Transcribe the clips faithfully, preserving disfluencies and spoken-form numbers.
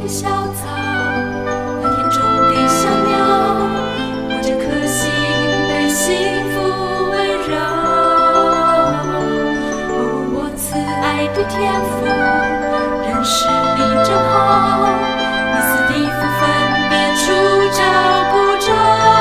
小草，那田中的小鸟，我这颗心被幸福围绕。哦，我慈爱的天父，认识你真好，你死的福分别出照不着，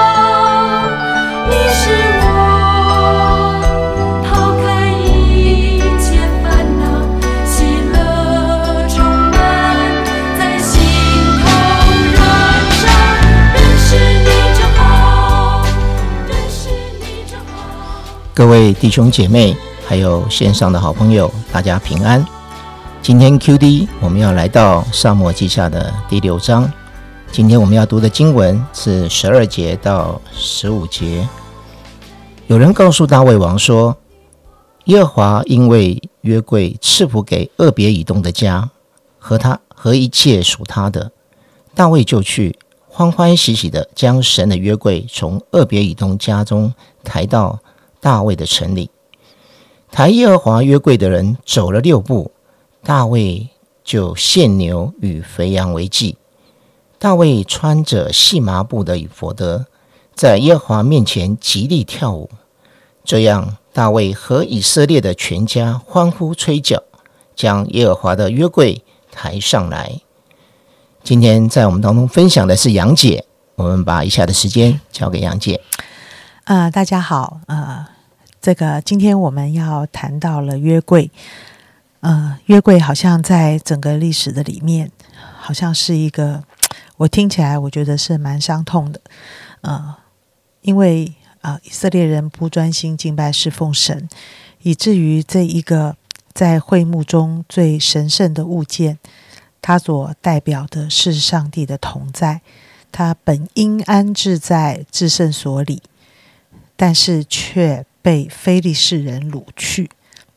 你是我抛开一切烦恼，喜乐充满在心头燃烧，认识你真好，认识你真好。 各位弟兄姐妹还有线上的好朋友，大家平安。今天 Q D 我们要来到撒母耳记下的第六章，今天我们要读的经文是十二节到十五节。有人告诉大卫王说，耶和华因为约柜赐福给俄别以东的家和他和一切属他的，大卫就去欢欢喜喜地将神的约柜从俄别以东家中抬到大卫的城里。抬耶和华约柜的人走了六步，大卫就献牛与肥羊为祭。大卫穿着细麻布的以弗得，在耶和华面前极力跳舞。这样，大卫和以色列的全家欢呼吹角，将耶和华的约柜抬上来。今天在我们当中分享的是杨姐，我们把以下的时间交给杨姐。 呃，大家好，呃，这个今天我们要谈到了约柜。呃，约柜好像在整个历史的里面，好像是一个，我听起来我觉得是蛮伤痛的。呃，因为呃以色列人不专心敬拜侍奉神，以至于这一个在会幕中最神圣的物件，它所代表的是上帝的同在，它本应安置在至圣所里，但是却被非利士人掳去。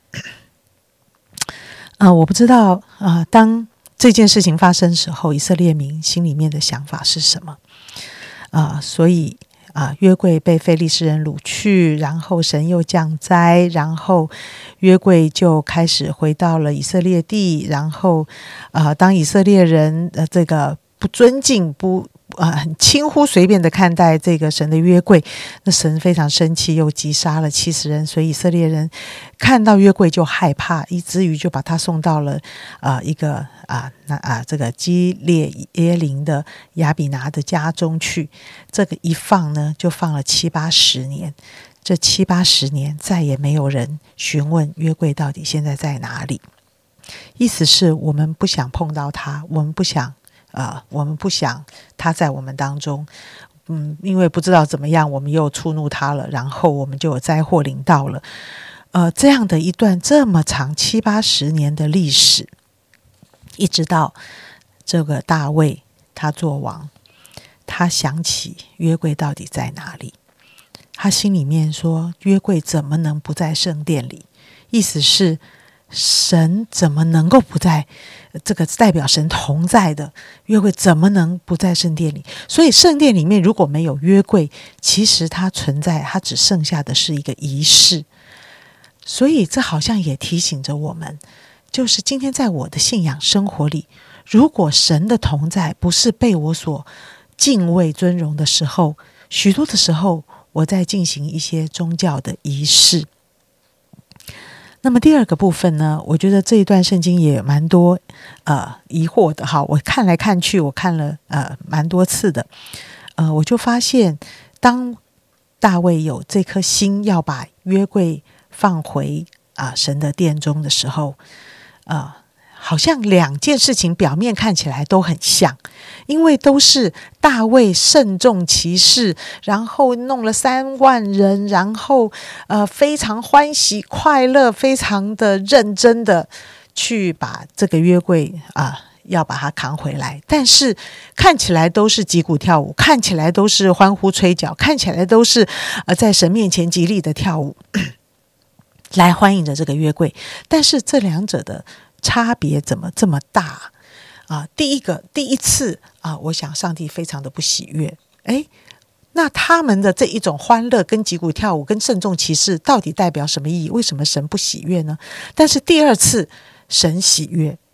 呃，我不知道呃，当这件事情发生时候，以色列民心里面的想法是什么？啊、呃，所以啊、呃，约柜被非利士人掳去，然后神又降灾，然后约柜就开始回到了以色列地，然后呃，当以色列人呃这个不尊敬不。呃，很轻忽随便的看待这个神的约柜，那神非常生气，又击杀了七十人，所以以色列人看到约柜就害怕，以至于就把他送到了呃一个啊那啊这个基列耶琳的亚比拿的家中去。这个一放呢，就放了七八十年。这七八十年再也没有人询问约柜到底现在在哪里。意思是我们不想碰到他，我们不想。呃，我们不想他在我们当中，嗯，因为不知道怎么样，我们又触怒他了，然后我们就有灾祸临到了。呃，这样的一段这么长七八十年的历史，一直到这个大卫他做王，他想起约柜到底在哪里，他心里面说：约柜怎么能不在圣殿里？意思是。神怎么能够不在这个代表神同在的约柜怎么能不在圣殿里？所以圣殿里面如果没有约柜，其实它存在，它只剩下的是一个仪式。所以这好像也提醒着我们，就是今天在我的信仰生活里，如果神的同在不是被我所敬畏尊荣的时候，许多的时候我在进行一些宗教的仪式。那么第二个部分呢，我觉得这一段圣经也蛮多呃疑惑的哈。我看来看去，我看了呃蛮多次的，呃，我就发现，当大卫有这颗心要把约柜放回啊、呃、神的殿中的时候，呃，好像两件事情表面看起来都很像，因为都是大卫慎重其事，然后弄了三万人，然后呃非常欢喜快乐，非常的认真的去把这个约柜啊、呃、要把它扛回来，但是看起来都是击鼓跳舞，看起来都是欢呼吹角，看起来都是呃在神面前极力的跳舞来欢迎着这个约柜，但是这两者的差别怎么这么大啊？第一个，第一次啊，我想上帝非常的不喜悦。诶，那他们的这一种欢乐跟击鼓跳舞跟慎重其事到底代表什么意义？为什么神不喜悦呢？但是第二次神喜悦，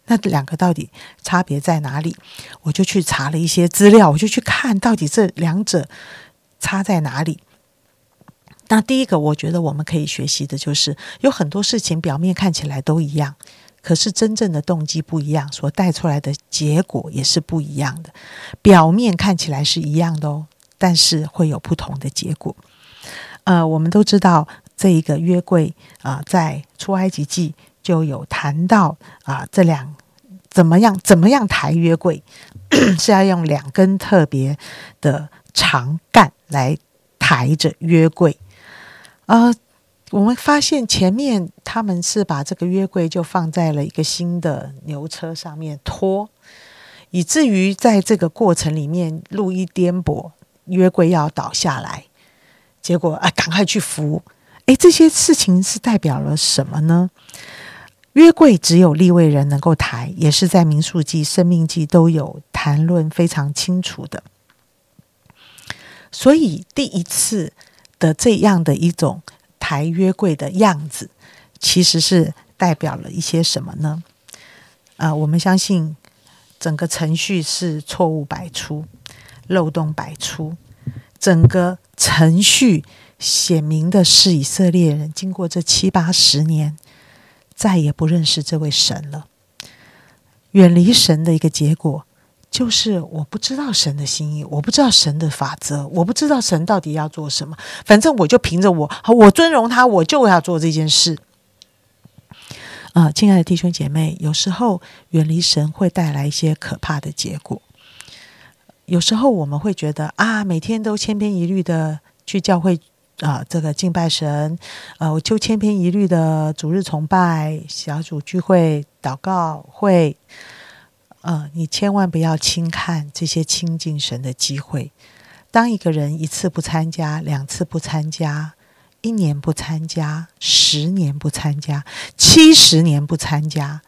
那两个到底差别在哪里？我就去查了一些资料，我就去看到底这两者差在哪里。那第一个，我觉得我们可以学习的就是，有很多事情表面看起来都一样，可是真正的动机不一样，所带出来的结果也是不一样的。表面看起来是一样的哦，但是会有不同的结果。呃，我们都知道这一个约柜啊、呃，在出埃及记就有谈到啊、呃，这两怎么样怎么样抬约柜是要用两根特别的长杆来抬着约柜。呃，我们发现前面他们是把这个约柜就放在了一个新的牛车上面拖，以至于在这个过程里面路一颠簸，约柜要倒下来，结果啊，赶快去扶。诶，这些事情是代表了什么呢？约柜只有利未人能够抬，也是在民数记、申命记都有谈论非常清楚的。所以第一次的这样的一种抬约柜的样子，其实是代表了一些什么呢？呃，我们相信整个程序是错误百出，漏洞百出，整个程序显明的是以色列人经过这七八十年再也不认识这位神了，远离神的一个结果就是我不知道神的心意，我不知道神的法则，我不知道神到底要做什么，反正我就凭着我我尊荣他，我就要做这件事。呃，亲爱的弟兄姐妹，有时候远离神会带来一些可怕的结果。有时候我们会觉得啊，每天都千篇一律的去教会啊、呃，这个敬拜神，呃，我就千篇一律的主日崇拜、小组聚会、祷告会。呃，你千万不要轻看这些亲近神的机会。当一个人一次不参加，两次不参加，一年不参加，十年不参加，七十年不参加，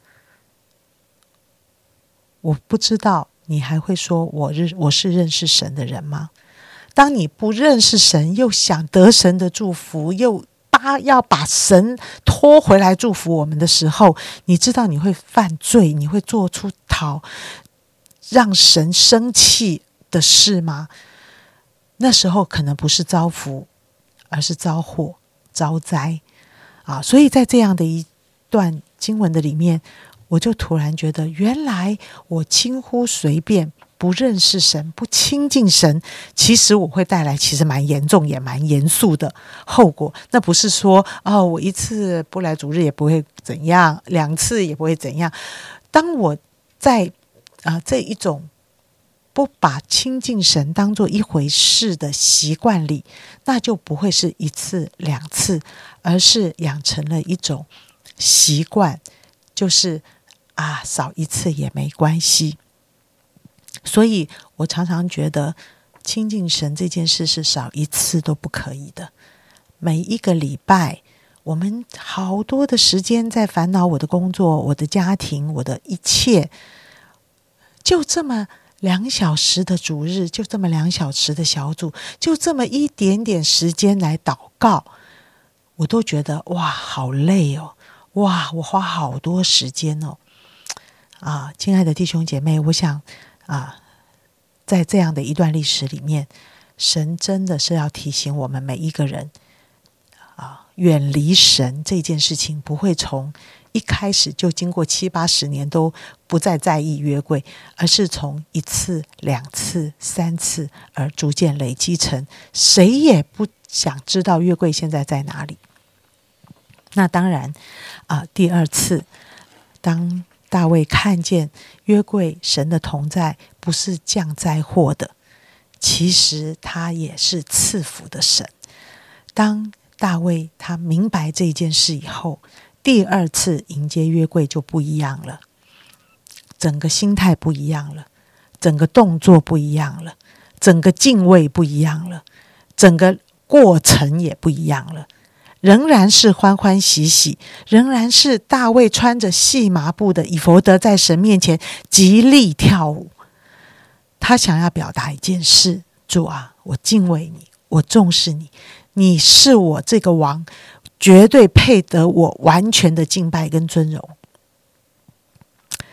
我不知道你还会说我认我是认识神的人吗？当你不认识神，又想得神的祝福，又把要把神拖回来祝福我们的时候，你知道你会犯罪，你会做出讨让神生气的事吗？那时候可能不是遭福，而是遭祸、遭灾啊！所以在这样的一段经文的里面，我就突然觉得，原来我轻忽随便，不认识神，不亲近神，其实我会带来其实蛮严重也蛮严肃的后果。那不是说哦，我一次不来主日也不会怎样，两次也不会怎样。当我在啊、呃、这一种不把亲近神当作一回事的习惯里，那就不会是一次两次，而是养成了一种习惯，就是啊少一次也没关系。所以我常常觉得亲近神这件事是少一次都不可以的。每一个礼拜我们好多的时间在烦恼我的工作、我的家庭、我的一切，就这么两小时的主日，就这么两小时的小组，就这么一点点时间来祷告，我都觉得哇好累哦，哇我花好多时间哦。啊，亲爱的弟兄姐妹，我想啊，在这样的一段历史里面，神真的是要提醒我们每一个人啊，远离神这件事情不会从一开始就经过七八十年都不再在意约柜，而是从一次、两次、三次而逐渐累积成谁也不想知道约柜现在在哪里。那当然啊，第二次当大卫看见约柜神的同在不是降灾祸的，其实他也是赐福的神。当大卫他明白这件事以后，第二次迎接约柜就不一样了，整个心态不一样了，整个动作不一样了，整个敬畏不一样了，整个过程也不一样了。仍然是欢欢喜喜，仍然是大卫穿着细麻布的以弗得在神面前极力跳舞。他想要表达一件事：主啊，我敬畏你，我重视你，你是我这个王，绝对配得我完全的敬拜跟尊荣。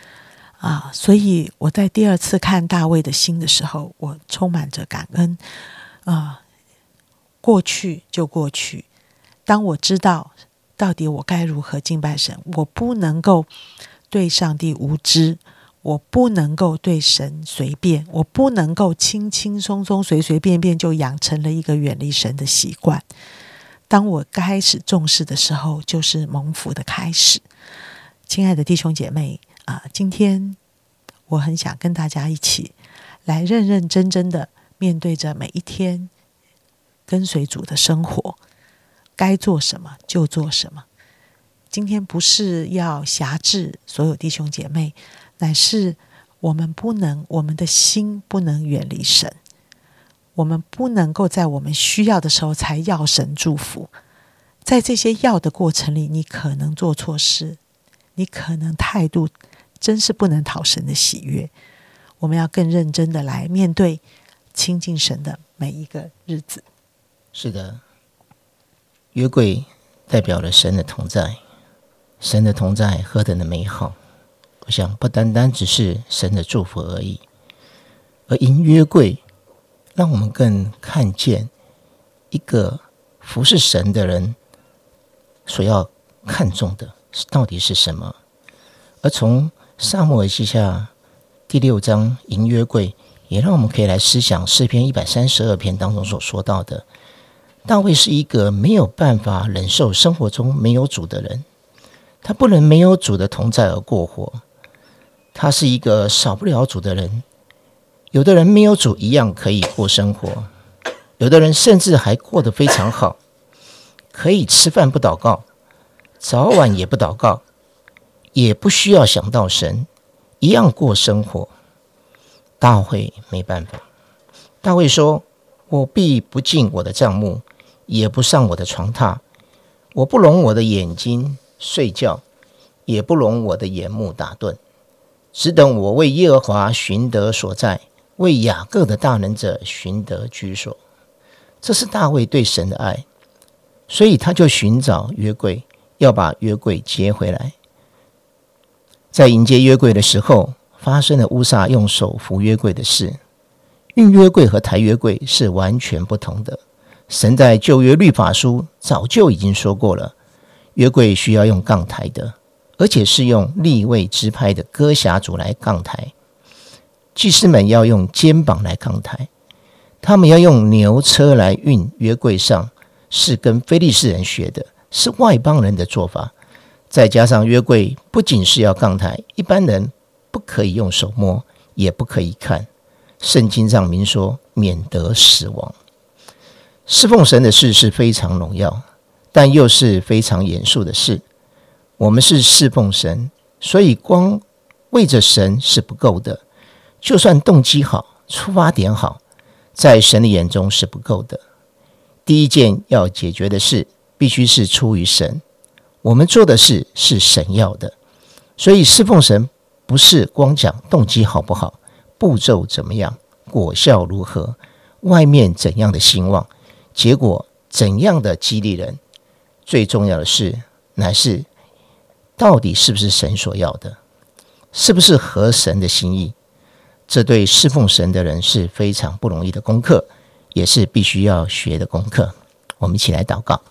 啊，所以我在第二次看大卫的心的时候，我充满着感恩啊。过去就过去，当我知道到底我该如何敬拜神，我不能够对上帝无知，我不能够对神随便，我不能够轻轻松松随随便便就养成了一个远离神的习惯。当我开始重视的时候，就是蒙福的开始。亲爱的弟兄姐妹啊，今天我很想跟大家一起来认认真真的面对着每一天跟随主的生活，该做什么就做什么。今天不是要辖制所有弟兄姐妹，乃是我们不能，我们的心不能远离神，我们不能够在我们需要的时候才要神祝福。在这些要的过程里，你可能做错事，你可能态度真是不能讨神的喜悦。我们要更认真的来面对亲近神的每一个日子。 是的，约柜代表了神的同在，神的同在何等的美好，我想不单单只是神的祝福而已，而因约柜让我们更看见一个服侍神的人所要看重的到底是什么。而从撒母耳记下第六章迎约柜，也让我们可以来思想诗篇一百三十二篇当中所说到的，大卫是一个没有办法忍受生活中没有主的人，他不能没有主的同在而过活，他是一个少不了主的人。有的人没有主一样可以过生活，有的人甚至还过得非常好，可以吃饭不祷告，早晚也不祷告，也不需要想到神，一样过生活。大卫没办法，大卫说，我必不进我的帐幕，也不上我的床榻，我不容我的眼睛睡觉，也不容我的眼目打盹，只等我为耶和华寻得所在，为雅各的大能者寻得居所。这是大卫对神的爱，所以他就寻找约柜，要把约柜接回来。在迎接约柜的时候，发生了乌撒用手扶约柜的事。运约柜和抬约柜是完全不同的。神在旧约律法书早就已经说过了，约柜需要用杠抬的，而且是用利未支派的歌辖族来杠抬。祭司们要用肩膀来杠抬，他们要用牛车来运约柜上，是跟非利士人学的，是外邦人的做法。再加上约柜不仅是要杠抬，一般人不可以用手摸，也不可以看。圣经上明说，免得死亡。侍奉神的事是非常荣耀，但又是非常严肃的事。我们是侍奉神，所以光为着神是不够的，就算动机好，出发点好，在神的眼中是不够的。第一件要解决的事，必须是出于神。我们做的事是神要的，所以侍奉神不是光讲动机好不好，步骤怎么样，果效如何，外面怎样的兴旺，结果怎样的激励人。最重要的是，乃是到底是不是神所要的，是不是合神的心意。这对侍奉神的人是非常不容易的功课，也是必须要学的功课。我们一起来祷告。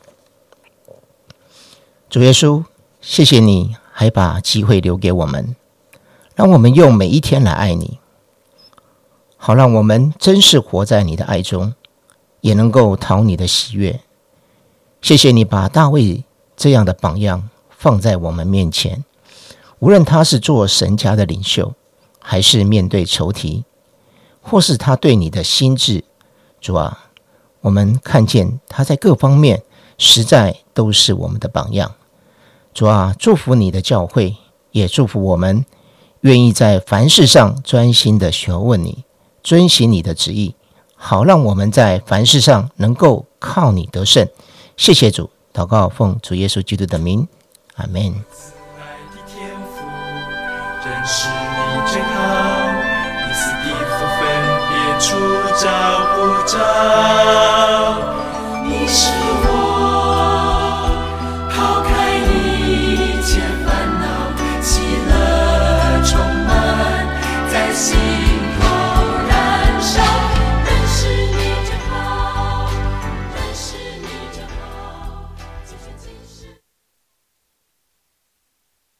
主耶稣，谢谢你还把机会留给我们，让我们用每一天来爱你，好让我们真是活在你的爱中，也能够讨你的喜悦。谢谢你把大卫这样的榜样放在我们面前，无论他是做神家的领袖，还是面对仇敌，或是他对你的心志，主啊，我们看见他在各方面实在都是我们的榜样。主啊，祝福你的教会，也祝福我们愿意在凡事上专心的求问你，遵行你的旨意，好让我们在凡事上能够靠你得胜。谢谢主，祷告奉主耶稣基督的名，阿们。 爱的天父，认识你真好，你死的福分别出照不着，你是